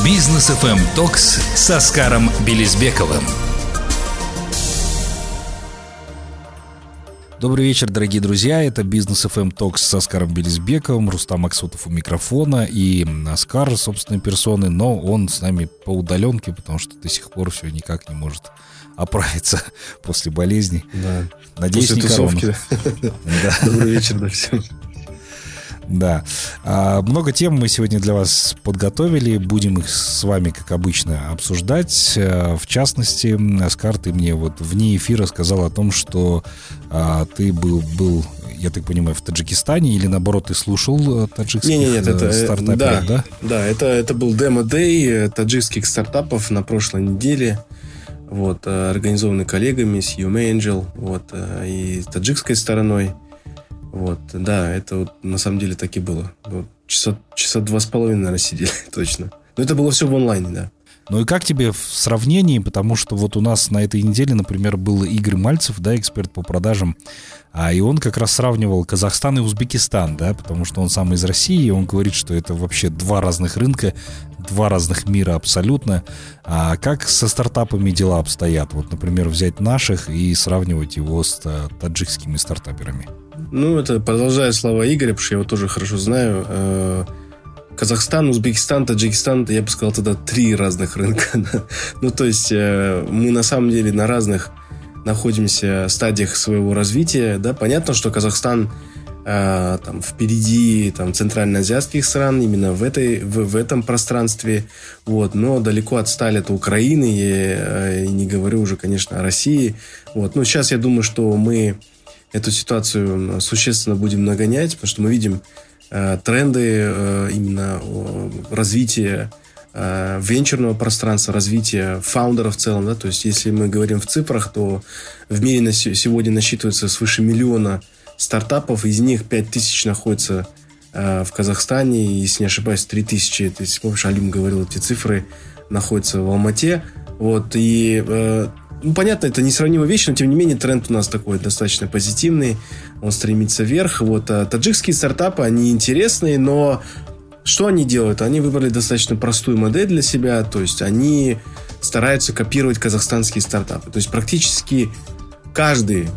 Бизнес FM Talks с Оскаром Белезбековым. Добрый вечер, дорогие друзья. Это Бизнес FM Talks с Оскаром Белезбековым. Рустам Максутов у микрофона. И Оскар собственной персоной, но он с нами по удаленке, потому что до сих пор все никак не может оправиться после болезни. Да. Надеюсь, после не тусовки. Да. Добрый вечер, да, всем. Да. Много тем мы сегодня для вас подготовили. Будем их с вами, как обычно, обсуждать. В частности, Оскар, ты мне вот вне эфира сказал о том, что ты был, я так понимаю, в Таджикистане, или наоборот, ты слушал таджикских стартаперов, да? Да, это был демо-дэй таджикских стартапов на прошлой неделе. Вот, организованный коллегами с YouMangel, вот, и таджикской стороной. Вот, да, это вот на самом деле так и было. Вот, часа 2,5, наверное, сидели, точно. Но это было все в онлайне, да. Ну и как тебе в сравнении, потому что вот у нас на этой неделе, например, был Игорь Мальцев, да, эксперт по продажам, и он как раз сравнивал Казахстан и Узбекистан, да, потому что он сам из России, и он говорит, что это вообще два разных рынка, два разных мира абсолютно. А как со стартапами дела обстоят? Вот, например, взять наших и сравнивать его с таджикскими стартаперами. Ну, это продолжая слова Игоря, потому что я его тоже хорошо знаю. Казахстан, Узбекистан, Таджикистан, я бы сказал, тогда 3 разных рынка. Ну, то есть, мы на самом деле на разных находимся стадиях своего развития. Да? Понятно, что Казахстан там, впереди там, центральноазиатских стран, именно в этом пространстве. Вот. Но далеко отстали от Украины, и не говорю уже, конечно, о России. Вот. Но сейчас я думаю, что мы эту ситуацию существенно будем нагонять, потому что мы видим тренды именно развития венчурного пространства, развития фаундеров в целом. Да? То есть, если мы говорим в цифрах, то в мире сегодня насчитывается свыше 1 миллиона стартапов, из них 5000 находятся в Казахстане, и, если не ошибаюсь, 3000, если помнишь, Алим говорил эти цифры, находятся в Алмате. Вот, и ну, понятно, это несравнимая вещь, но, тем не менее, тренд у нас такой достаточно позитивный. Он стремится вверх. Вот, таджикские стартапы, они интересные, но что они делают? Они выбрали достаточно простую модель для себя. То есть, они стараются копировать казахстанские стартапы. То есть, практически каждый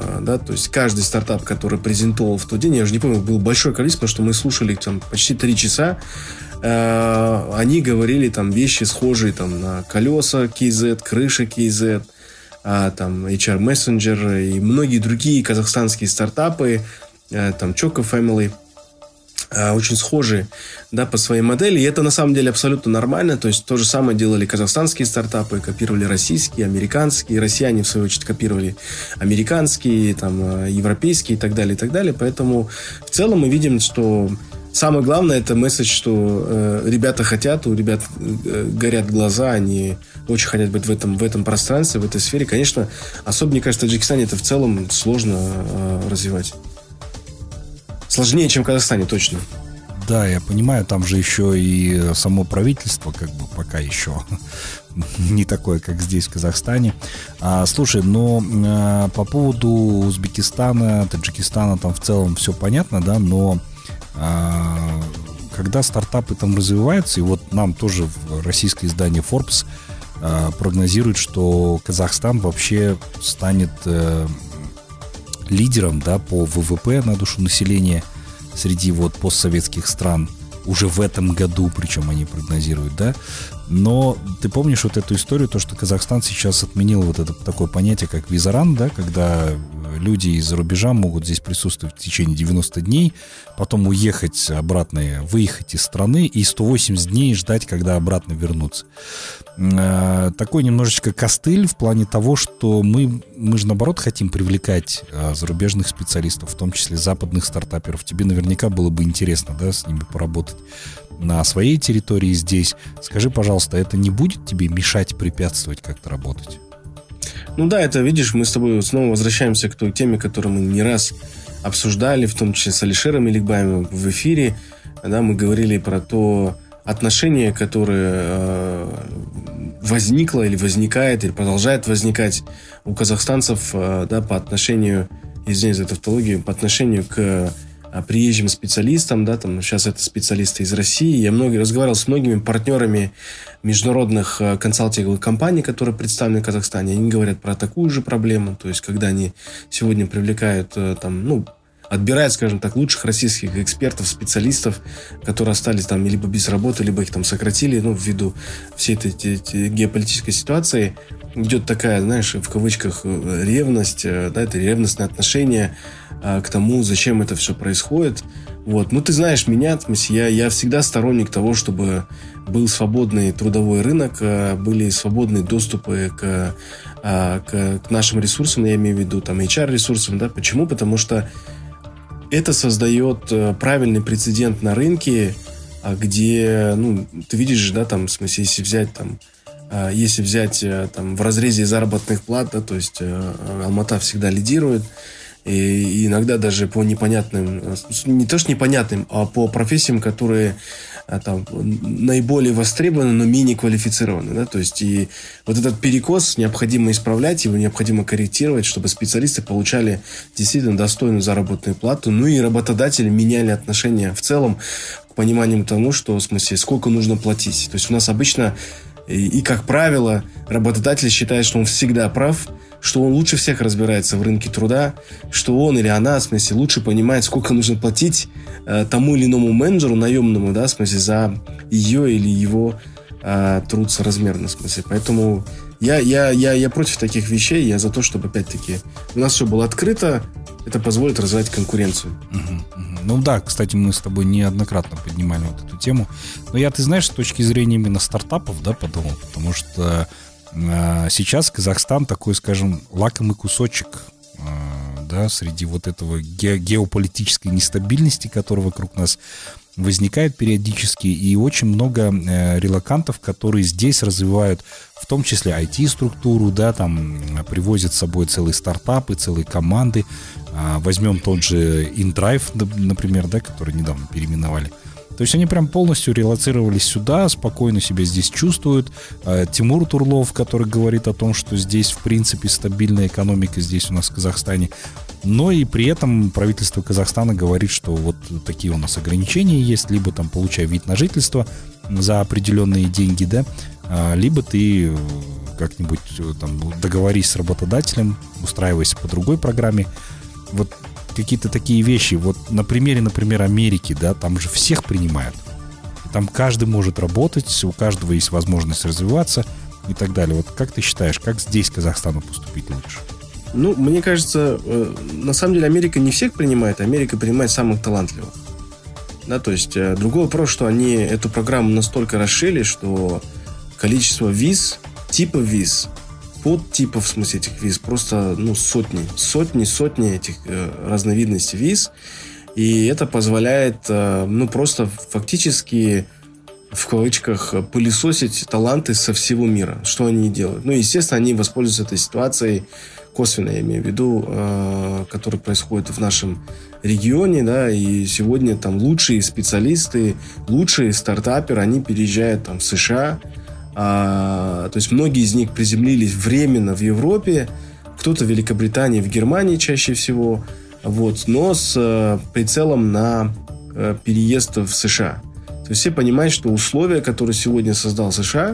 стартап, который презентовал в тот день, я уже не помню, было большое количество, потому что мы слушали там почти 3 часа, они говорили там вещи схожие там на колеса KZ, крыша KZ, там HR Messenger и многие другие казахстанские стартапы, там Choco Family, очень схожие, да, по своей модели. И это на самом деле абсолютно нормально. То есть то же самое делали казахстанские стартапы, копировали российские, американские. Россияне, в свою очередь, копировали американские, там, европейские и так далее, и так далее. Поэтому в целом мы видим, что самое главное — это месседж, что ребята хотят, у ребят горят глаза, они очень хотят быть в этом пространстве, в этой сфере. Конечно, особенно, мне кажется, в Таджикистане это в целом сложно развивать. Сложнее, чем в Казахстане, точно. Да, я понимаю, там же еще и само правительство как бы пока еще не такое, как здесь, в Казахстане. Слушай, но по поводу Узбекистана, Таджикистана, там в целом все понятно, да, но когда стартапы там развиваются, и вот нам тоже российское издание Forbes прогнозирует, что Казахстан вообще станет лидером, да, по ВВП на душу населения среди вот постсоветских стран уже в этом году, причем они прогнозируют, да. Но ты помнишь вот эту историю, то, что Казахстан сейчас отменил вот это такое понятие, как визаран, да, когда люди из-за рубежа могут здесь присутствовать в течение 90 дней, потом уехать обратно, выехать из страны и 180 дней ждать, когда обратно вернутся. Такой немножечко костыль в плане того, что мы же наоборот хотим привлекать зарубежных специалистов, в том числе западных стартаперов. Тебе наверняка было бы интересно, да, с ними поработать на своей территории здесь. Скажи, пожалуйста, это не будет тебе мешать, препятствовать как-то работать? Ну да, это, видишь, мы с тобой снова возвращаемся к той теме, которую мы не раз обсуждали, в том числе с Алишером Иликбаевым в эфире. Да, мы говорили про то отношение, которое возникло или возникает, или продолжает возникать у казахстанцев, да, по отношению, извиняюсь за тавтологию, по отношению к приезжим специалистам, да, там сейчас это специалисты из России. Я разговаривал с многими партнерами международных консалтинговых компаний, которые представлены в Казахстане. Они говорят про такую же проблему. То есть, когда они сегодня привлекают отбирают, скажем так, лучших российских экспертов, специалистов, которые остались там либо без работы, либо их там сократили, ввиду всей этой геополитической ситуации. Идет такая, знаешь, в кавычках, ревность, да, это ревностное отношение к тому, зачем это все происходит. Вот. Ты знаешь меня, в смысле, я всегда сторонник того, чтобы был свободный трудовой рынок, были свободные доступы к нашим ресурсам, я имею в виду там HR-ресурсам, да. Почему? Потому что это создает правильный прецедент на рынке, где, ты видишь, да, там, в смысле, если взять в разрезе заработных плат, да, то есть Алмата всегда лидирует, и иногда даже по непонятным, не то что непонятным, а по профессиям, которые там наиболее востребованы, но менее квалифицированы, да, то есть и вот этот перекос необходимо исправлять, его необходимо корректировать, чтобы специалисты получали действительно достойную заработную плату, и работодатели меняли отношения в целом к пониманию тому, что, в смысле, сколько нужно платить. То есть у нас обычно и как правило, работодатель считает, что он всегда прав, что он лучше всех разбирается в рынке труда, что он или она, в смысле, лучше понимает, сколько нужно платить тому или иному менеджеру наемному, да, в смысле, за ее или его труд соразмерно, в смысле. Поэтому я против таких вещей, я за то, чтобы, опять-таки, у нас все было открыто, это позволит развивать конкуренцию. Да, кстати, мы с тобой неоднократно поднимали вот эту тему. Но ты знаешь, с точки зрения именно стартапов, да, подумал, потому что сейчас Казахстан такой, скажем, лакомый кусочек, да, среди вот этого геополитической нестабильности, которая вокруг нас возникает периодически, и очень много релокантов, которые здесь развивают, в том числе IT-структуру, да, там привозят с собой целые стартапы, целые команды. Возьмем тот же InDrive, например, да, который недавно переименовали. То есть они прям полностью релоцировались сюда, спокойно себя здесь чувствуют. Тимур Турлов, который говорит о том, что здесь, в принципе, стабильная экономика здесь у нас в Казахстане. Но и при этом правительство Казахстана говорит, что вот такие у нас ограничения есть, либо там получай вид на жительство за определенные деньги, да, либо ты как-нибудь там договорись с работодателем, устраивайся по другой программе. Вот какие-то такие вещи. Вот на примере, например, Америки, да, там же всех принимают. Там каждый может работать, у каждого есть возможность развиваться и так далее. Вот как ты считаешь, как здесь Казахстану поступить лучше? Мне кажется, на самом деле Америка не всех принимает, Америка принимает самых талантливых. Да, то есть другой вопрос, что они эту программу настолько расширили, что количество виз, типов виз, подтипов, в смысле, этих виз просто сотни этих разновидностей виз. И это позволяет просто фактически, в кавычках, пылесосить таланты со всего мира. Что они делают? Естественно, они воспользуются этой ситуацией косвенно, я имею в виду, которая происходит в нашем регионе, да, и сегодня там лучшие специалисты, лучшие стартаперы, они переезжают там в США. То есть многие из них приземлились временно в Европе, кто-то в Великобритании, в Германии чаще всего, но с прицелом на переезд в США. То есть все понимают, что условия, которые сегодня создал США,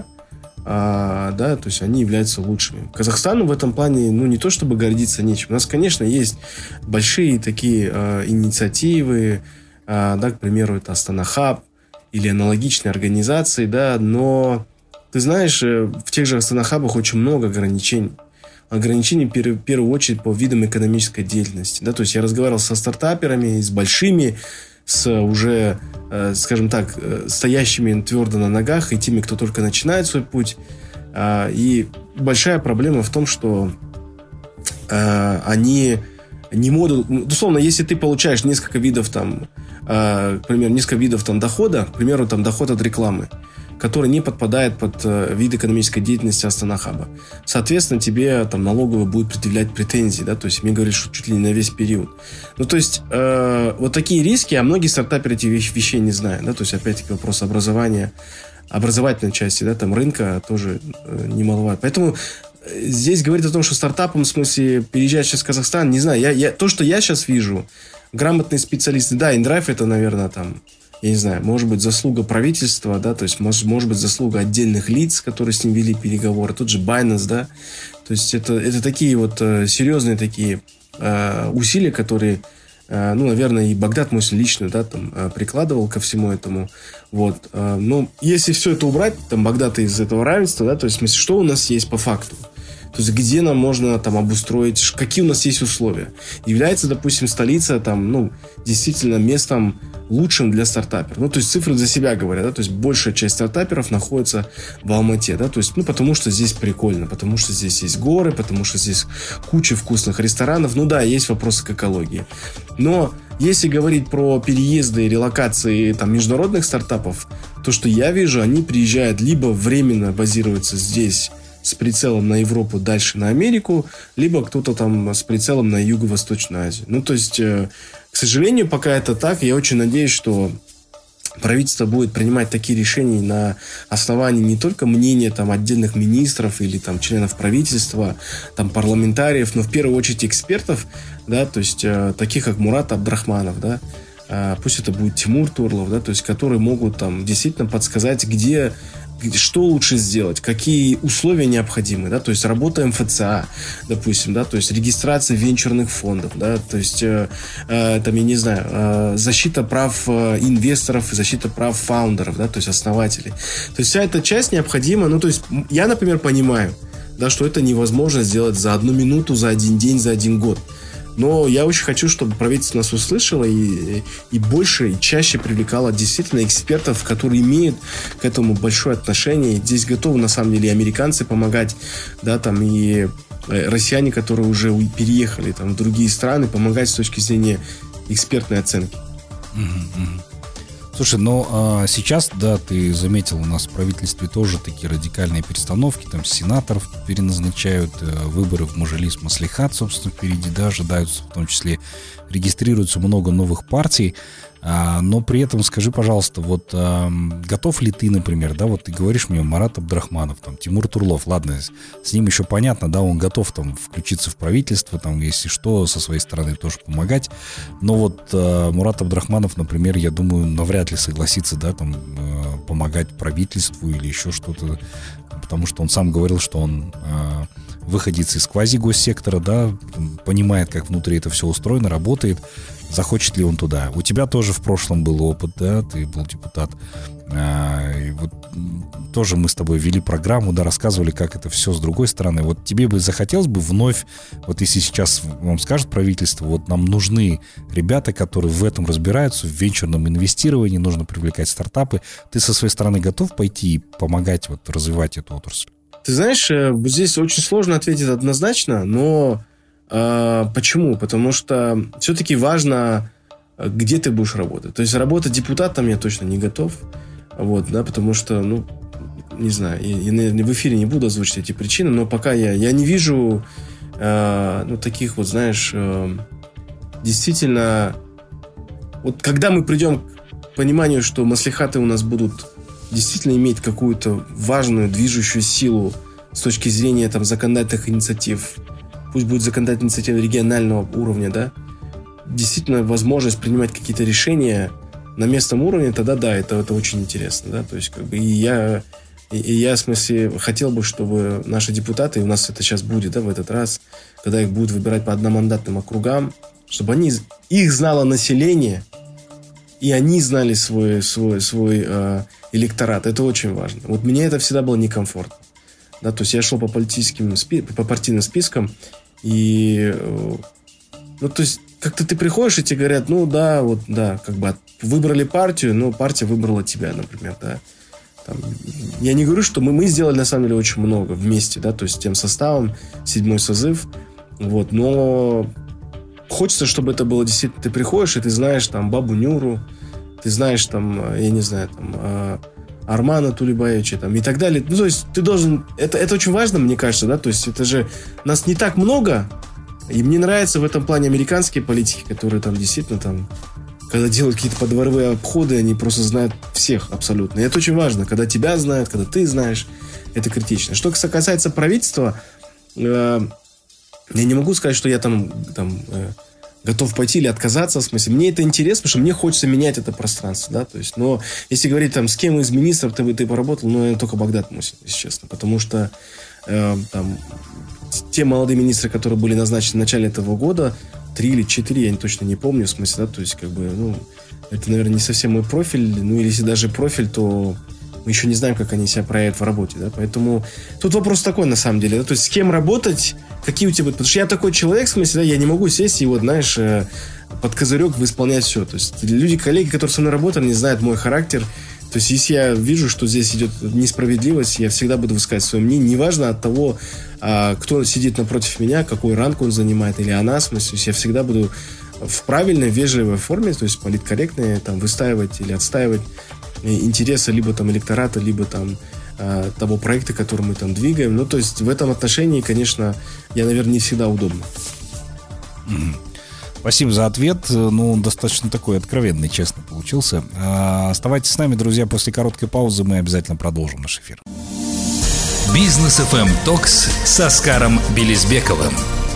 то есть они являются лучшими. Казахстану в этом плане, не то чтобы гордиться нечем. У нас, конечно, есть большие такие инициативы, к примеру, это Астана Хаб или аналогичные организации, да, но ты знаешь, в тех же Астана Хабах очень много ограничений. Ограничений, в первую очередь, по видам экономической деятельности. Да? То есть я разговаривал со стартаперами, с большими, с уже, скажем так, стоящими твердо на ногах и теми, кто только начинает свой путь. И большая проблема в том, что они не могут... Условно, если ты получаешь несколько видов там, к примеру, несколько видов там дохода, к примеру, там доход от рекламы, который не подпадает под вид экономической деятельности Астана Хаба. Соответственно, тебе там налоговая будет предъявлять претензии, да, то есть мне говорят, что чуть ли не на весь период. То есть вот такие риски, а многие стартаперы этих вещей не знают, да, то есть опять-таки вопрос образования, образовательной части, да, там рынка тоже немаловажно. Поэтому здесь говорить о том, что стартапам, в смысле, переезжать сейчас в Казахстан, не знаю, то, что я сейчас вижу, грамотные специалисты. Да, индрайв это, наверное, там, я не знаю, может быть, заслуга правительства, да, то есть, может быть, заслуга отдельных лиц, которые с ним вели переговоры. Тут же Binance, да, то есть, это такие вот серьезные такие усилия, которые, наверное, и Багдад Мусин лично, да, там, прикладывал ко всему этому, вот. Но если все это убрать, там, Багдад из этого равенства, да, то есть, в смысле, что у нас есть по факту? То есть, где нам можно там обустроить, какие у нас есть условия. Является, допустим, столица там, действительно местом лучшим для стартаперов. То есть, цифры за себя говорят, да, то есть, большая часть стартаперов находится в Алмате, да, то есть, потому что здесь прикольно, потому что здесь есть горы, потому что здесь куча вкусных ресторанов. Да, есть вопросы к экологии. Но если говорить про переезды и релокации там, международных стартапов, то, что я вижу, они приезжают либо временно базируются здесь, с прицелом на Европу, дальше на Америку, либо кто-то там с прицелом на Юго-Восточную Азию. То есть, к сожалению, пока это так, я очень надеюсь, что правительство будет принимать такие решения на основании не только мнения там, отдельных министров или там, членов правительства, там, парламентариев, но в первую очередь экспертов, да, то есть таких как Мурат Абдрахманов, да, пусть это будет Тимур Турлов, да, то есть которые могут там действительно подсказать, что лучше сделать, какие условия необходимы, да, то есть работа МФЦА, допустим, да, то есть регистрация венчурных фондов, да, то есть там, я не знаю, защита прав инвесторов, защита прав фаундеров, да, то есть основателей. То есть вся эта часть необходима, то есть я, например, понимаю, да, что это невозможно сделать за 1 минуту, за 1 день, за 1 год. Но я очень хочу, чтобы правительство нас услышало и больше, и чаще привлекало действительно экспертов, которые имеют к этому большое отношение. И здесь готовы, на самом деле, и американцы помогать, да, там, и россияне, которые уже переехали там, в другие страны, помогать с точки зрения экспертной оценки. Слушай, сейчас, да, ты заметил, у нас в правительстве тоже такие радикальные перестановки, там сенаторов переназначают, выборы в Мажилис, Маслихат, собственно, впереди, да, ожидаются, в том числе регистрируется много новых партий, но при этом скажи, пожалуйста, вот готов ли ты, например, да, вот ты говоришь мне, Марат Абдрахманов, там, Тимур Турлов, ладно, с ним еще понятно, да, он готов там включиться в правительство, там, если что, со своей стороны тоже помогать, но вот Мурат Абдрахманов, например, я думаю, навряд ли согласится, да, там, помогать правительству или еще что-то, потому что он сам говорил, что он выходец из квазигоссектора, да, понимает, как внутри это все устроено, работает, захочет ли он туда. У тебя тоже в прошлом был опыт, да, ты был депутат. И вот тоже мы с тобой вели программу, да, рассказывали, как это все с другой стороны. Вот тебе бы захотелось бы вновь, вот если сейчас вам скажет правительство, вот нам нужны ребята, которые в этом разбираются, в венчурном инвестировании, нужно привлекать стартапы. Ты со своей стороны готов пойти и помогать вот развивать эту отрасль? Ты знаешь, здесь очень сложно ответить однозначно, но почему? Потому что все-таки важно, где ты будешь работать. То есть работать депутатом я точно не готов, вот, да, потому что, не знаю, я в эфире не буду озвучить эти причины, но пока я не вижу таких вот, знаешь, действительно, вот когда мы придем к пониманию, что маслихаты у нас будут действительно иметь какую-то важную движущую силу с точки зрения там, законодательных инициатив, пусть будет законодательная инициатива регионального уровня, да, действительно возможность принимать какие-то решения на местном уровне, тогда да, это очень интересно, да, то есть как бы и я в смысле хотел бы, чтобы наши депутаты, и у нас это сейчас будет, да, в этот раз, когда их будут выбирать по одномандатным округам, чтобы их знало население, и они знали свой электорат. Это очень важно. Вот мне это всегда было некомфортно. Да, то есть я шел по партийным спискам, и то есть как-то ты приходишь, и тебе говорят, как бы выбрали партию, но партия выбрала тебя, например, да. Там, я не говорю, что мы сделали на самом деле очень много вместе, да, то есть тем составом, 7-й созыв, вот, но хочется, чтобы это было действительно, ты приходишь, и ты знаешь там Бабу Нюру, ты знаешь там, я не знаю, там Армана Тулебаевича там, и так далее. То есть ты должен... Это очень важно, мне кажется, да, то есть это же... Нас не так много, и мне нравятся в этом плане американские политики, которые там действительно там, когда делают какие-то подворовые обходы, они просто знают всех абсолютно. И это очень важно, когда тебя знают, когда ты знаешь, это критично. Что касается правительства, я не могу сказать, что я там готов пойти или отказаться, в смысле, мне это интересно, потому что мне хочется менять это пространство, да, то есть, но если говорить там, с кем из министров ты поработал, ну, наверное, только Багдат Мусин, если честно, потому что там те молодые министры, которые были назначены в начале этого года, 3 или 4, я точно не помню, в смысле, да, то есть, как бы, ну, это, наверное, не совсем мой профиль, ну, или если даже профиль, то мы еще не знаем, как они себя проявят в работе, да, поэтому тут вопрос такой, на самом деле, да, то есть, с кем работать, какие у тебя... Потому что я такой человек, в смысле, да, я не могу сесть и вот, знаешь, под козырек выполнять все, то есть, люди, коллеги, которые со мной работали, не знают мой характер, то есть, если я вижу, что здесь идет несправедливость, я всегда буду высказывать свое мнение, неважно от того, кто сидит напротив меня, какой ранг он занимает, или она, в смысле, то есть, я всегда буду в правильной, вежливой форме, то есть, политкорректной, там, выстаивать или отстаивать интересы либо там электората, либо там того проекта, который мы там двигаем. Ну, то есть в этом отношении, конечно, я, наверное, не всегда удобно. Спасибо за ответ. Ну, он достаточно такой откровенный, честно получился. Оставайтесь с нами, друзья. После короткой паузы мы обязательно продолжим наш эфир. Бизнес FM Talks с Оскаром Белизбековым.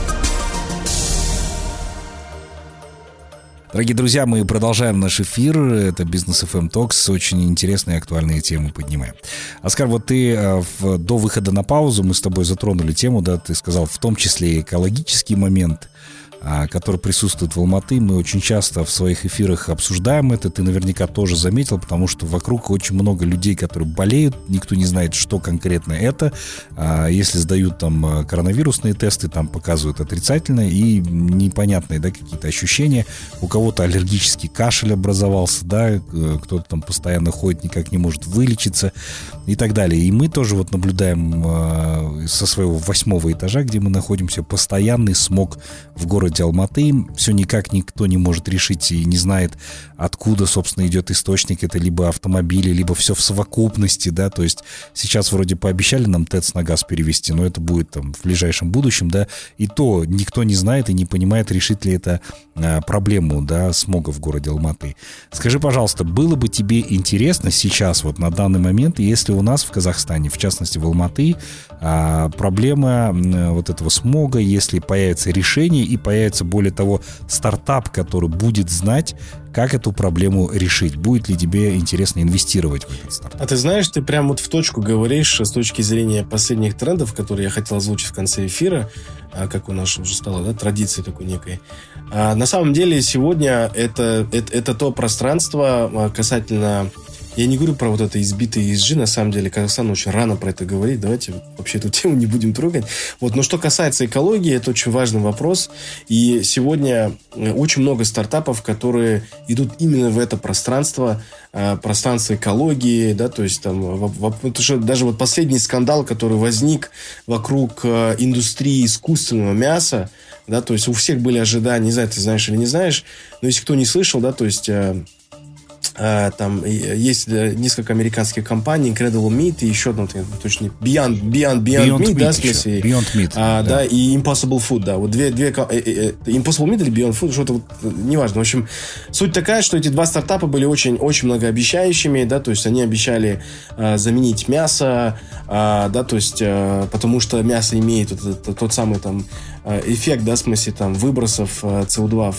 Дорогие друзья, мы продолжаем наш эфир. Это Бизнес FM Talks. Очень интересные и актуальные темы поднимаем. Оскар, вот ты до выхода на паузу мы с тобой затронули тему, да, ты сказал, в том числе и экологический момент, который присутствует в Алматы. Мы очень часто в своих эфирах обсуждаем это. Ты наверняка тоже заметил, потому что вокруг очень много людей, которые болеют. Никто не знает, что конкретно это. Если сдают там коронавирусные тесты, там показывают отрицательно и непонятные, да, какие-то ощущения. У кого-то аллергический кашель образовался, да, кто-то там постоянно ходит, никак не может вылечиться и так далее. И мы тоже вот наблюдаем со своего 8-го этажа, где мы находимся, постоянный смог в городе Алматы. Все никак никто не может решить и не знает, откуда, собственно, идет источник. Это либо автомобили, либо все в совокупности, да, то есть сейчас вроде пообещали нам ТЭЦ на газ перевести, но это будет там в ближайшем будущем, да, и то никто не знает и не понимает, решит ли это проблему, да, смога в городе Алматы. Скажи, пожалуйста, было бы тебе интересно сейчас, вот на данный момент, если у нас в Казахстане, в частности в Алматы, проблема вот этого смога, если появится решение и появится, более того, стартап, который будет знать, как эту проблему решить. Будет ли тебе интересно инвестировать в этот стартап? А ты знаешь, ты прям вот в точку говоришь с точки зрения последних трендов, которые я хотел озвучить в конце эфира, как у нас уже стало, да, традицией такой некой. На самом деле сегодня это то пространство касательно... Я не говорю про вот это избитые ESG, на самом деле Казахстан очень рано про это говорит, давайте вообще эту тему не будем трогать. Вот, но что касается экологии, это очень важный вопрос, и сегодня очень много стартапов, которые идут именно в это пространство экологии, да, то есть там, даже вот последний скандал, который возник вокруг индустрии искусственного мяса, да, то есть у всех были ожидания, не знаю, ты знаешь или не знаешь, но если кто не слышал, да, то есть... Там есть несколько американских компаний, Incredible Meat и еще одно, точно, Beyond Meat, да, в смысле, Beyond Meat, да, и Impossible Food, да, вот две Impossible Meat или Beyond Food, что-то вот, неважно. В общем, суть такая, что эти два стартапа были очень многообещающими, да, то есть они обещали заменить мясо, да, то есть потому что мясо имеет тот самый там эффект, да, в смысле там выбросов СО2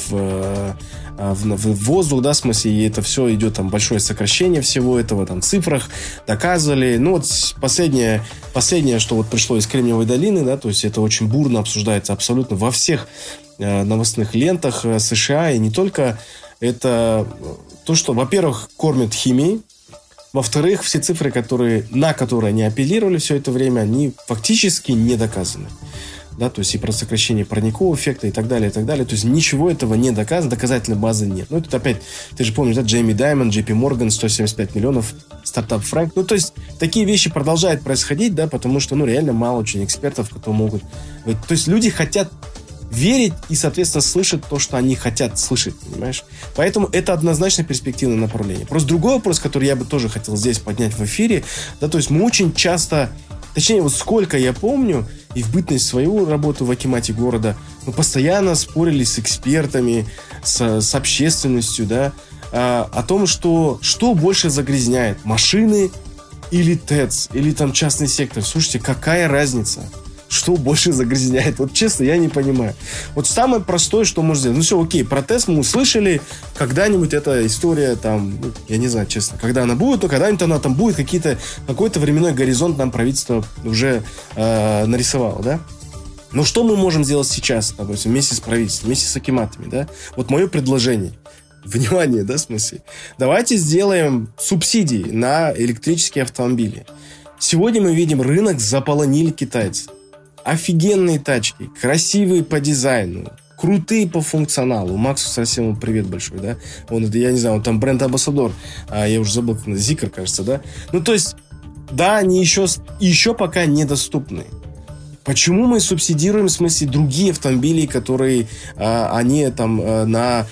в воздух, да, в смысле, и это все идет там большое сокращение всего этого, там, в цифрах доказывали. Ну, вот последнее, что вот пришло из Кремниевой долины, да, то есть это очень бурно обсуждается абсолютно во всех новостных лентах США, и не только. Это то, что, во-первых, кормят химией, во-вторых, все цифры, на которые они апеллировали все это время, они фактически не доказаны. Да, то есть и про сокращение парникового эффекта и так далее, и так далее. То есть ничего этого не доказано, доказательной базы нет. Ну, и тут опять, ты же помнишь, да, Джейми Даймонд, JP Morgan, 175 миллионов, стартап Frank. Ну, то есть такие вещи продолжают происходить, да, потому что, ну, реально мало очень экспертов, которые могут... То есть люди хотят верить и, соответственно, слышать то, что они хотят слышать, понимаешь? Поэтому это однозначно перспективное направление. Просто другой вопрос, который я бы тоже хотел здесь поднять в эфире, да, то есть мы очень часто... Точнее, вот сколько я помню, и в бытность свою работу в акимате города, мы постоянно спорили с экспертами, с общественностью, да, о том, что больше загрязняет, машины или ТЭЦ, или там частный сектор. Слушайте, какая разница? что больше загрязняет? Вот честно, я не понимаю. Вот самое простое, что можно сделать. Ну все, окей, протест мы услышали, когда-нибудь эта история там, ну, я не знаю, честно, когда она будет, то когда-нибудь она там будет, какой-то временной горизонт нам правительство уже нарисовало, да? Но что мы можем сделать сейчас, допустим, вместе с правительством, вместе с акиматами, да? Вот мое предложение. Внимание, да, в смысле? Давайте сделаем субсидии на электрические автомобили. Сегодня мы видим, рынок заполонили китайцы. Офигенные тачки, красивые по дизайну, крутые по функционалу. Максу совсем привет большой, да? Он, я не знаю, он там бренд-амбассадор. Я уже забыл, как Зикр, кажется, да? Ну, то есть, да, они еще пока недоступны. Почему мы субсидируем, в смысле, другие автомобили, которые они там на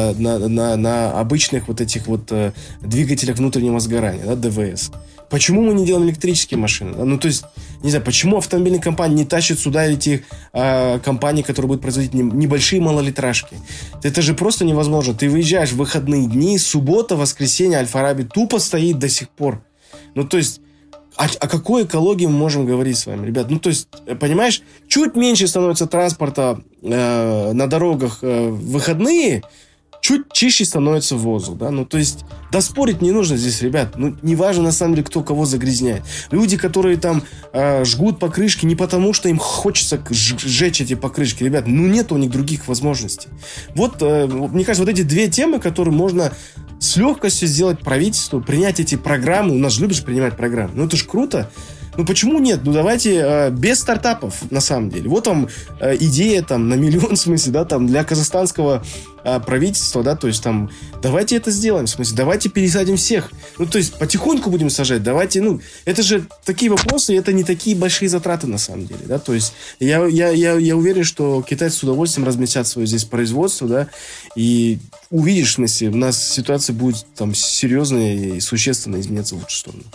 обычных вот этих вот двигателях внутреннего сгорания, да, ДВС? Почему мы не делаем электрические машины? Да? Ну, то есть, не знаю, почему автомобильные компании не тащат сюда эти компании, которые будут производить небольшие малолитражки? Это же просто невозможно. Ты выезжаешь в выходные дни, суббота, воскресенье, Аль-Фараби тупо стоит до сих пор. Ну, то есть, о какой экологии мы можем говорить с вами, ребят? Ну, то есть, понимаешь, чуть меньше становится транспорта на дорогах в выходные, чуть чище становится воздух, да? Ну, то есть, да спорить не нужно здесь, ребят. Ну, неважно, на самом деле, кто кого загрязняет. Люди, которые там жгут покрышки не потому, что им хочется сжечь эти покрышки, ребят, ну, нет у них других возможностей. Вот, мне кажется, вот эти две темы, которые можно с легкостью сделать правительству, принять эти программы. У нас же любишь принимать программы. Ну, это ж круто. Ну, почему нет? Ну, давайте без стартапов, на самом деле. Вот вам идея там на миллион, в смысле, да, там для казахстанского правительства, да, то есть там давайте это сделаем, в смысле, давайте пересадим всех. Ну, то есть потихоньку будем сажать, давайте, ну, это же такие вопросы, это не такие большие затраты, на самом деле, да, то есть я уверен, что китайцы с удовольствием разместят свое здесь производство, да, и увидишь, в смысле, у нас ситуация будет там серьезная и существенно изменяться в лучшую сторону.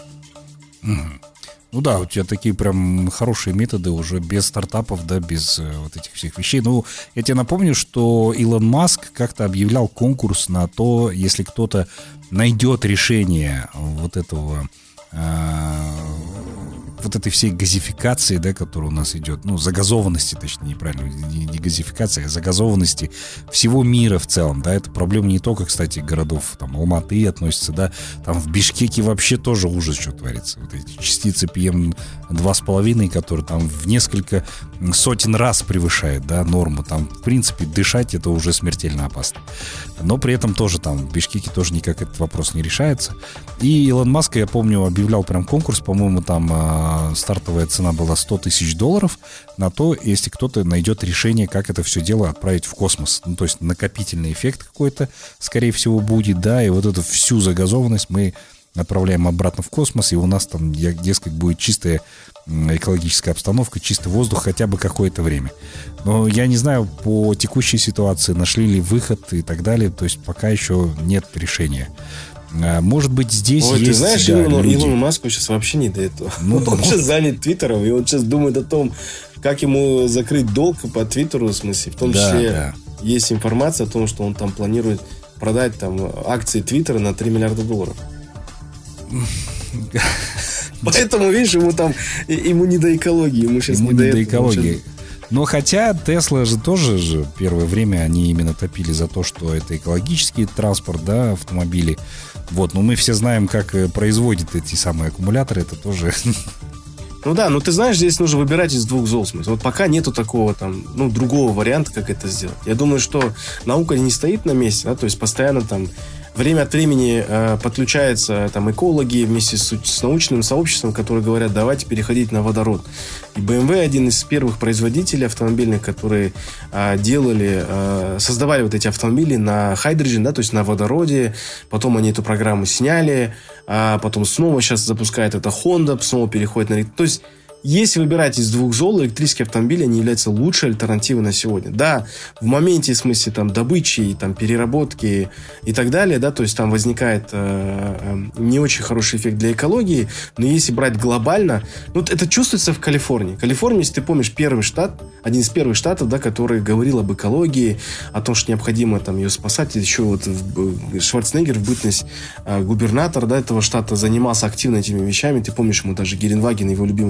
Ну да, у тебя такие прям хорошие методы уже без стартапов, да, без вот этих всех вещей. Ну, я тебе напомню, что Илон Маск как-то объявлял конкурс на то, если кто-то найдет решение вот этого... вот этой всей газификации, да, которая у нас идет, ну, загазованности, точнее, неправильно, не газификация, а загазованности всего мира в целом, да, это проблема не только, кстати, городов, там, Алматы относится, да, там в Бишкеке вообще тоже ужас, что творится, вот эти частицы PM2,5, которые там в несколько сотен раз превышают, да, норму, там, в принципе, дышать это уже смертельно опасно, но при этом тоже там в Бишкеке тоже никак этот вопрос не решается, и Илон Маск, я помню, объявлял прям конкурс, по-моему, там стартовая цена была $100 тысяч на то, если кто-то найдет решение, как это все дело отправить в космос. Ну, то есть накопительный эффект какой-то, скорее всего, будет, да, и вот эту всю загазованность мы отправляем обратно в космос, и у нас там, дескать, будет чистая экологическая обстановка, чистый воздух хотя бы какое-то время. Но я не знаю, по текущей ситуации нашли ли выход и так далее, то есть пока еще нет решения. Может быть, здесь есть... Ты знаешь, да, Илону Маску сейчас вообще не до этого. Ну, он сейчас занят Твиттером, и он сейчас думает о том, как ему закрыть долг по Твиттеру, в смысле. В том числе есть информация о том, что он там планирует продать там акции Твиттера на $3 миллиарда. Поэтому, видишь, ему не до экологии. Ему сейчас не до экологии. Но хотя Тесла же тоже первое время они именно топили за то, что это экологический транспорт, да, автомобили. Вот, но мы все знаем, как производят эти самые аккумуляторы, это тоже... Ну да, но ты знаешь, здесь нужно выбирать из двух зол. Вот пока нету такого там, ну, другого варианта, как это сделать. Я думаю, что наука не стоит на месте, да, то есть постоянно там время от времени подключаются там экологи вместе с научным сообществом, которые говорят, давайте переходить на водород. И BMW один из первых производителей автомобильных, которые создавали вот эти автомобили на hydrogen, да, то есть на водороде. Потом они эту программу сняли, а потом снова сейчас запускает это Honda, снова переходит на... То есть если выбирать из двух зол, электрические автомобили, они являются лучшей альтернативой на сегодня. Да, в моменте, в смысле, там, добычи, и, там, переработки и так далее, да, то есть там возникает не очень хороший эффект для экологии, но если брать глобально, ну, это чувствуется в Калифорнии. Калифорния, если ты помнишь, первый штат, один из первых штатов, да, который говорил об экологии, о том, что необходимо там ее спасать. Еще вот Шварценеггер в бытность губернатор, да, этого штата занимался активно этими вещами. Ты помнишь, ему даже Геленваген, его любимую машину,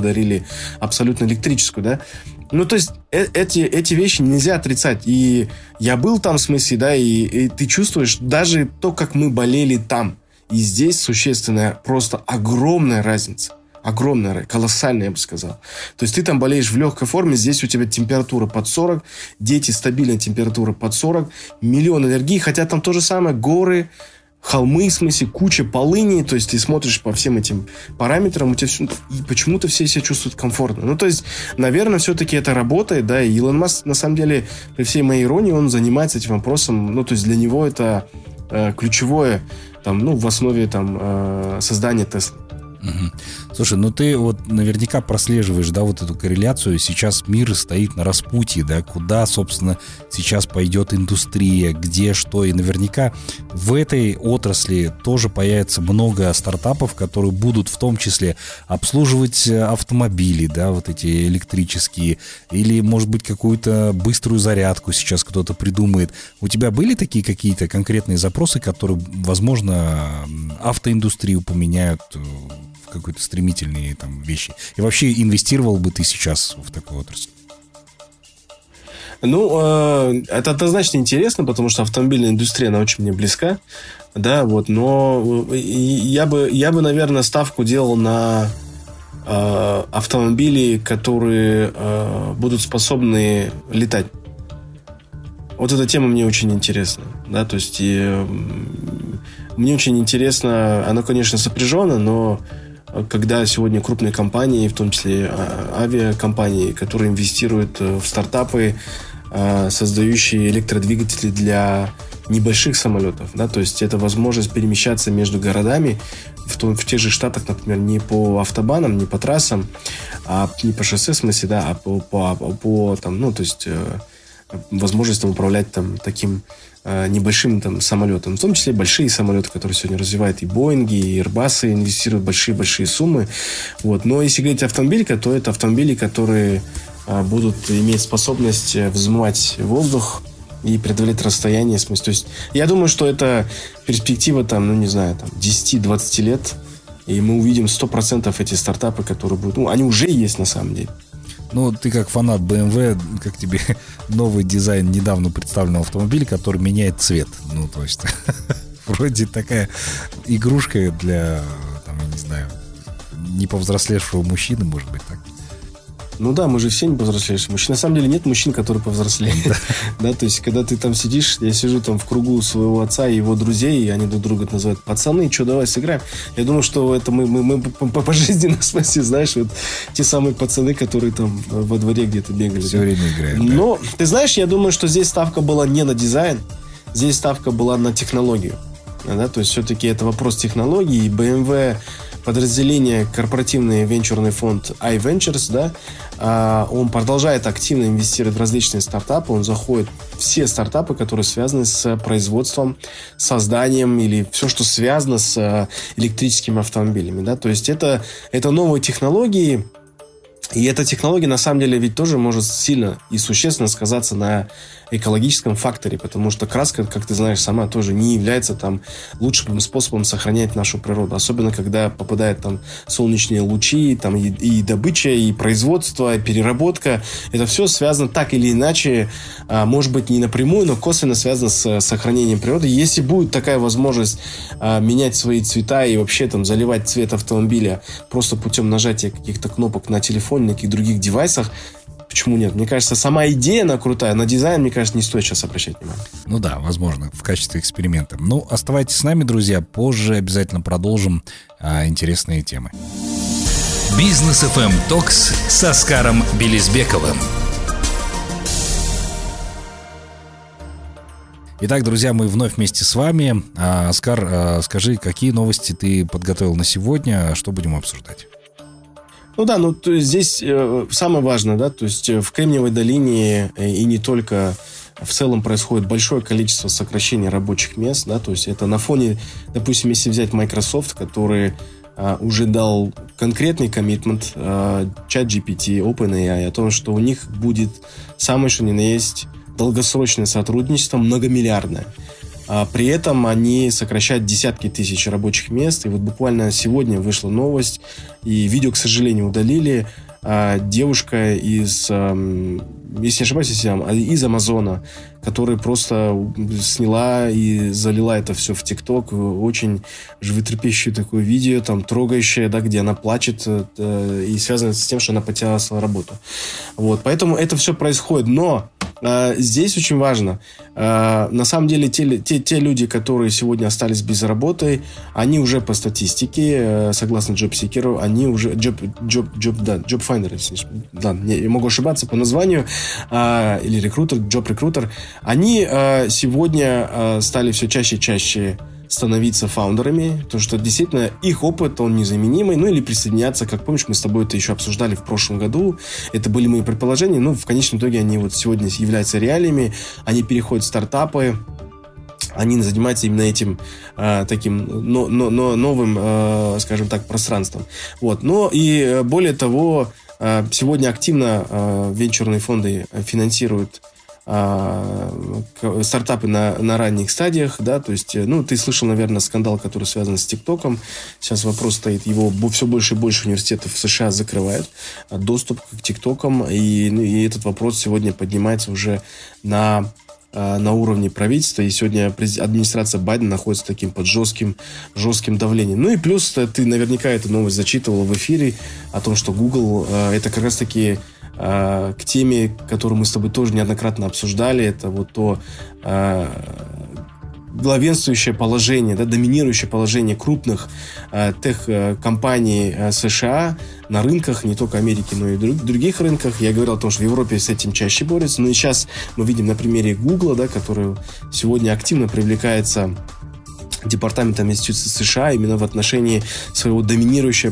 подарили абсолютно электрическую, да. Ну, то есть, эти вещи нельзя отрицать. И я был там, в смысле, да, и ты чувствуешь даже то, как мы болели там. И здесь существенная, просто огромная разница. Огромная, колоссальная, я бы сказал. То есть, ты там болеешь в легкой форме, здесь у тебя температура под 40, дети стабильная температура под 40, миллион аллергий, хотя там то же самое, горы, холмы, в смысле, куча полыни, то есть ты смотришь по всем этим параметрам, у тебя все, и почему-то все себя чувствуют комфортно. Ну, то есть, наверное, все-таки это работает, да, и Илон Маск, на самом деле, при всей моей иронии, он занимается этим вопросом, ну, то есть для него это ключевое, там, ну, в основе там создания Теслы. Угу. Слушай, ну ты вот наверняка прослеживаешь, да, вот эту корреляцию. Сейчас мир стоит на распутье, да, куда, собственно, сейчас пойдет индустрия, где что. И наверняка в этой отрасли тоже появится много стартапов, которые будут в том числе обслуживать автомобили, да, вот эти электрические, или, может быть, какую-то быструю зарядку сейчас кто-то придумает. У тебя были такие какие-то конкретные запросы, которые, возможно, автоиндустрию поменяют в какие-то стремительные там вещи? И вообще, инвестировал бы ты сейчас в такую отрасль? Ну, это однозначно интересно, потому что автомобильная индустрия, она очень мне близка, да, вот, но я бы, наверное, ставку делал на автомобили, которые будут способны летать. Вот эта тема мне очень интересна, да, то есть мне очень интересно, она, конечно, сопряжена, но когда сегодня крупные компании, в том числе авиакомпании, которые инвестируют в стартапы, создающие электродвигатели для небольших самолетов, да, то есть это возможность перемещаться между городами в тех же штатах, например, не по автобанам, не по трассам, не по шоссе, в смысле, да, а по там, ну, то есть возможность управлять там таким небольшим там самолетом, в том числе большие самолеты, которые сегодня развивают и Боинги, и Airbus, инвестируют большие-большие суммы. Вот. Но если говорить о автомобилях, то это автомобили, которые будут иметь способность взмывать воздух и преодолеть расстояние. В смысле, то есть я думаю, что это перспектива там, ну не знаю, там 10-20 лет, и мы увидим 100% эти стартапы, которые будут, ну, они уже есть на самом деле. Ну, ты как фанат BMW, как тебе новый дизайн недавно представленного автомобиля, который меняет цвет? Ну, то есть, вроде такая игрушка для, там, я не знаю, не повзрослевшего мужчины, может быть, так? Ну да, мы же все не повзрослеющие мужчины. На самом деле нет мужчин, которые повзрослеют. Да, то есть, когда ты там сидишь, я сижу там в кругу своего отца и его друзей, и они друг друга называют пацаны, что, давай сыграем. Я думаю, что это мы по жизни, в смысле, знаешь, вот те самые пацаны, которые там во дворе где-то бегали. Все время играют. Но, ты знаешь, я думаю, что здесь ставка была не на дизайн, здесь ставка была на технологию. Да, то есть, все-таки это вопрос технологии, и BMW... подразделение, корпоративный венчурный фонд iVentures, да, он продолжает активно инвестировать в различные стартапы, он заходит в все стартапы, которые связаны с производством, созданием или все, что связано с электрическими автомобилями, да, то есть это новые технологии, и эта технология, на самом деле, ведь тоже может сильно и существенно сказаться на экологическом факторе, потому что краска, как ты знаешь сама, тоже не является там лучшим способом сохранять нашу природу, особенно когда попадают там солнечные лучи, там и добыча, и производство, и переработка, это все связано так или иначе, может быть не напрямую, но косвенно связано с сохранением природы. Если будет такая возможность менять свои цвета и вообще там заливать цвет автомобиля просто путем нажатия каких-то кнопок на телефоне, на каких-то других девайсах, почему нет? Мне кажется, сама идея, она крутая. На дизайн, мне кажется, не стоит сейчас обращать внимание. Ну да, возможно, в качестве эксперимента. Ну, оставайтесь с нами, друзья. Позже обязательно продолжим интересные темы. Бизнес FM Talks с Оскаром Белизбековым. Итак, друзья, мы вновь вместе с вами. Оскар, скажи, какие новости ты подготовил на сегодня, что будем обсуждать? Ну да, ну то есть здесь самое важное, да, то есть в Кремниевой долине и не только в целом происходит большое количество сокращений рабочих мест, да, то есть это на фоне, допустим, если взять Microsoft, который уже дал конкретный коммитмент ChatGPT, OpenAI о том, что у них будет самое что ни на есть долгосрочное сотрудничество, многомиллиардное. При этом они сокращают десятки тысяч рабочих мест. И вот буквально сегодня вышла новость, и видео, к сожалению, удалили. Девушка из, если не ошибаюсь, из Амазона, которая просто сняла и залила это все в ТикТок. Очень животрепещущее такое видео, там трогающее, да, где она плачет, и связано с тем, что она потеряла свою работу. Вот, поэтому это все происходит. Но здесь очень важно, на самом деле, те люди, которые сегодня остались без работы, они уже по статистике, согласно JobSeeker, они уже JobFinder, ладно, я могу ошибаться по названию, или рекрутер, JobRecruiter, они сегодня стали все чаще и чаще становиться фаундерами, потому что действительно их опыт, он незаменимый, ну или присоединяться, как помнишь, мы с тобой это еще обсуждали в прошлом году, это были мои предположения, но в конечном итоге они вот сегодня являются реалиями, они переходят в стартапы, они занимаются именно этим таким новым, скажем так, пространством. Вот. Но и более того, сегодня активно венчурные фонды финансируют стартапы на ранних стадиях, да, то есть, ну, ты слышал, наверное, скандал, который связан с ТикТоком. Сейчас вопрос стоит, его все больше и больше университетов в США закрывают доступ к ТикТокам, и этот вопрос сегодня поднимается уже на уровне правительства, и сегодня администрация Байдена находится таким под жестким давлением. Ну и плюс ты наверняка эту новость зачитывал в эфире о том, что Google, это как раз-таки к теме, которую мы с тобой тоже неоднократно обсуждали, это вот то главенствующее положение, да, доминирующее положение крупных тех-компаний США на рынках, не только Америки, но и других рынках. Я говорил о том, что в Европе с этим чаще борются, но и сейчас мы видим на примере Google, да, который сегодня активно привлекается Департаментом инвестиций США именно в отношении своего доминирующего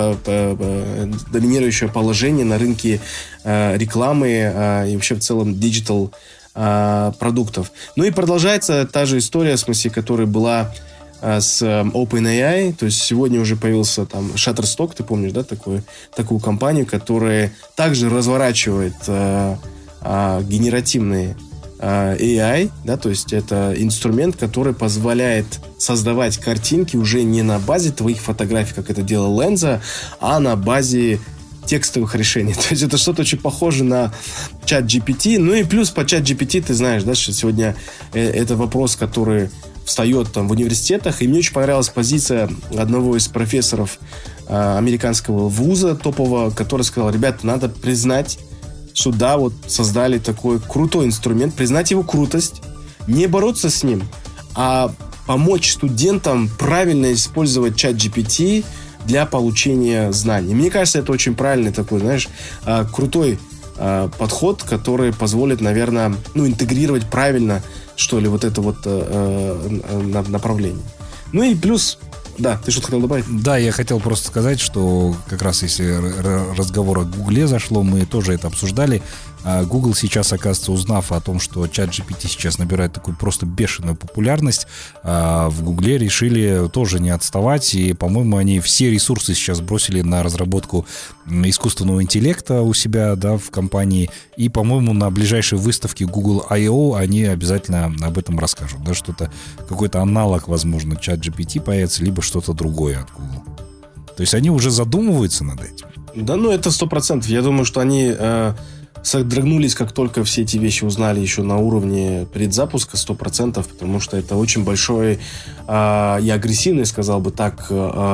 положения на рынке рекламы и вообще в целом диджитал продуктов. Ну и продолжается та же история, в смысле, которая была с OpenAI, то есть сегодня уже появился там Shutterstock, ты помнишь, да, такую компанию, которая также разворачивает генеративные AI, да, то есть это инструмент, который позволяет создавать картинки уже не на базе твоих фотографий, как это делала Lensa, а на базе текстовых решений. То есть это что-то очень похоже на ChatGPT. Ну и плюс по ChatGPT ты знаешь, да, что сегодня это вопрос, который встает там в университетах. И мне очень понравилась позиция одного из профессоров американского вуза топового, который сказал: ребята, надо признать, что да, вот создали такой крутой инструмент, признать его крутость, не бороться с ним, а помочь студентам правильно использовать ChatGPT для получения знаний. Мне кажется, это очень правильный такой, знаешь, крутой подход, который позволит, наверное, интегрировать правильно, что ли, вот это вот направление. Ну и плюс, да, ты что-то хотел добавить? Да, я хотел просто сказать, что как раз если разговор о Гугле зашло, мы тоже это обсуждали. Google сейчас, оказывается, узнав о том, что ChatGPT сейчас набирает такую просто бешеную популярность, в Гугле решили тоже не отставать. И, по-моему, они все ресурсы сейчас бросили на разработку искусственного интеллекта у себя, да, в компании. И, по-моему, на ближайшей выставке Google I.O. они обязательно об этом расскажут. Да, что-то, какой-то аналог, возможно, ChatGPT появится, либо что-то другое от Google. То есть они уже задумываются над этим. Да, это 100%. Я думаю, что они содрогнулись, как только все эти вещи узнали еще на уровне предзапуска 100%, потому что это очень большой и агрессивный, сказал бы так,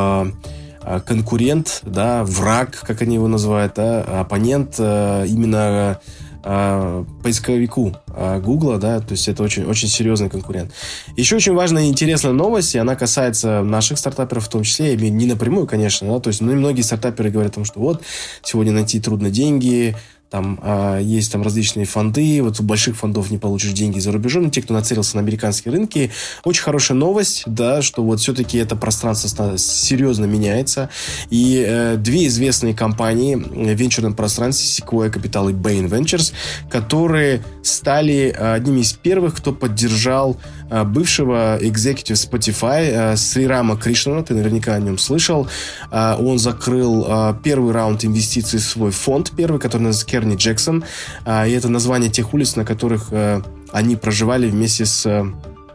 конкурент, да, враг, как они его называют, да, оппонент именно поисковику Гугла, да, то есть это очень, очень серьезный конкурент. Еще очень важная и интересная новость, и она касается наших стартаперов в том числе, и не напрямую, конечно, да, то есть многие стартаперы говорят о том, что вот, сегодня найти трудно деньги, там есть там различные фонды, вот у больших фондов не получишь деньги за рубежом, но те, кто нацелился на американские рынки, очень хорошая новость, да, что вот все-таки это пространство серьезно меняется, и две известные компании в венчурном пространстве, Sequoia Capital и Bain Ventures, которые стали одними из первых, кто поддержал бывшего экзекутива Spotify Срирама Кришнана, ты наверняка о нем слышал. Он закрыл первый раунд инвестиций в свой фонд, первый, который называется Керни Джексон, и это название тех улиц, на которых они проживали вместе с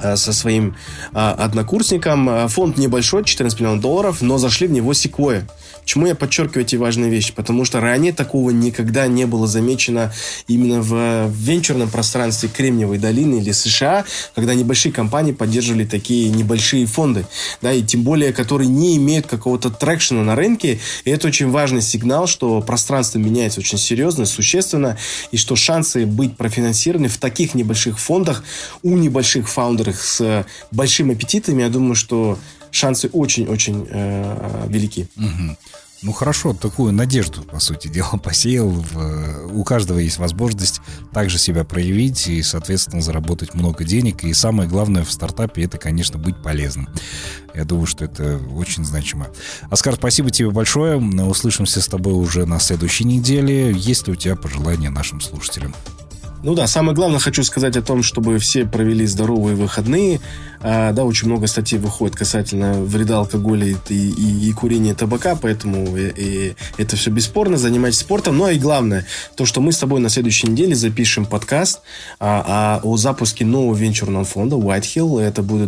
со своим однокурсником. Фонд небольшой, $14 миллионов, но зашли в него Sequoia. Почему я подчеркиваю эти важные вещи? Потому что ранее такого никогда не было замечено именно в венчурном пространстве Кремниевой долины или США, когда небольшие компании поддерживали такие небольшие фонды, да, и тем более, которые не имеют какого-то трекшена на рынке. И это очень важный сигнал, что пространство меняется очень серьезно, существенно, и что шансы быть профинансированы в таких небольших фондах у небольших фаундеров с большими аппетитами, я думаю, что шансы очень-очень велики. Угу. Ну, хорошо, такую надежду, по сути дела, посеял. У каждого есть возможность также себя проявить и, соответственно, заработать много денег. И самое главное в стартапе — это, конечно, быть полезным. Я думаю, что это очень значимо. Оскар, спасибо тебе большое. Услышимся с тобой уже на следующей неделе. Есть ли у тебя пожелания нашим слушателям? Ну да, самое главное, хочу сказать о том, чтобы все провели здоровые выходные. Да, очень много статей выходит касательно вреда алкоголя и курения табака, поэтому это все бесспорно. Занимайтесь спортом. Ну и главное, то, что мы с тобой на следующей неделе запишем подкаст о запуске нового венчурного фонда Whitehill. Это будет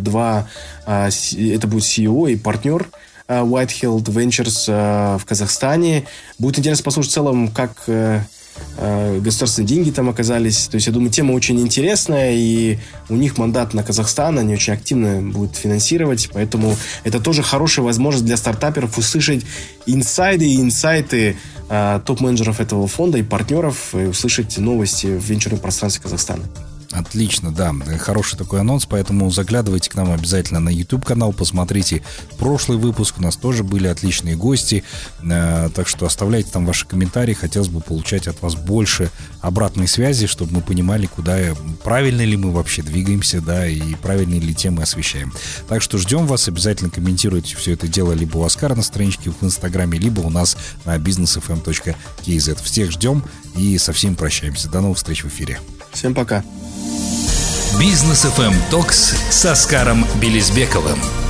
CEO и партнер Whitehill Ventures в Казахстане. Будет интересно послушать в целом, как государственные деньги там оказались. То есть, я думаю, тема очень интересная, и у них мандат на Казахстан, они очень активно будут финансировать, поэтому это тоже хорошая возможность для стартаперов услышать инсайды и инсайты топ-менеджеров этого фонда и партнеров, и услышать новости в венчурном пространстве Казахстана. Отлично, да, хороший такой анонс, поэтому заглядывайте к нам обязательно на YouTube-канал, посмотрите прошлый выпуск, у нас тоже были отличные гости, так что оставляйте там ваши комментарии, хотелось бы получать от вас больше обратной связи, чтобы мы понимали, правильно ли мы вообще двигаемся, да, и правильные ли темы освещаем. Так что ждем вас, обязательно комментируйте все это дело либо у Оскара на страничке в Инстаграме, либо у нас на businessfm.kz. Всех ждем и со всеми прощаемся. До новых встреч в эфире. Всем пока. Бизнес FM Talks с Оскаром Белизбековым.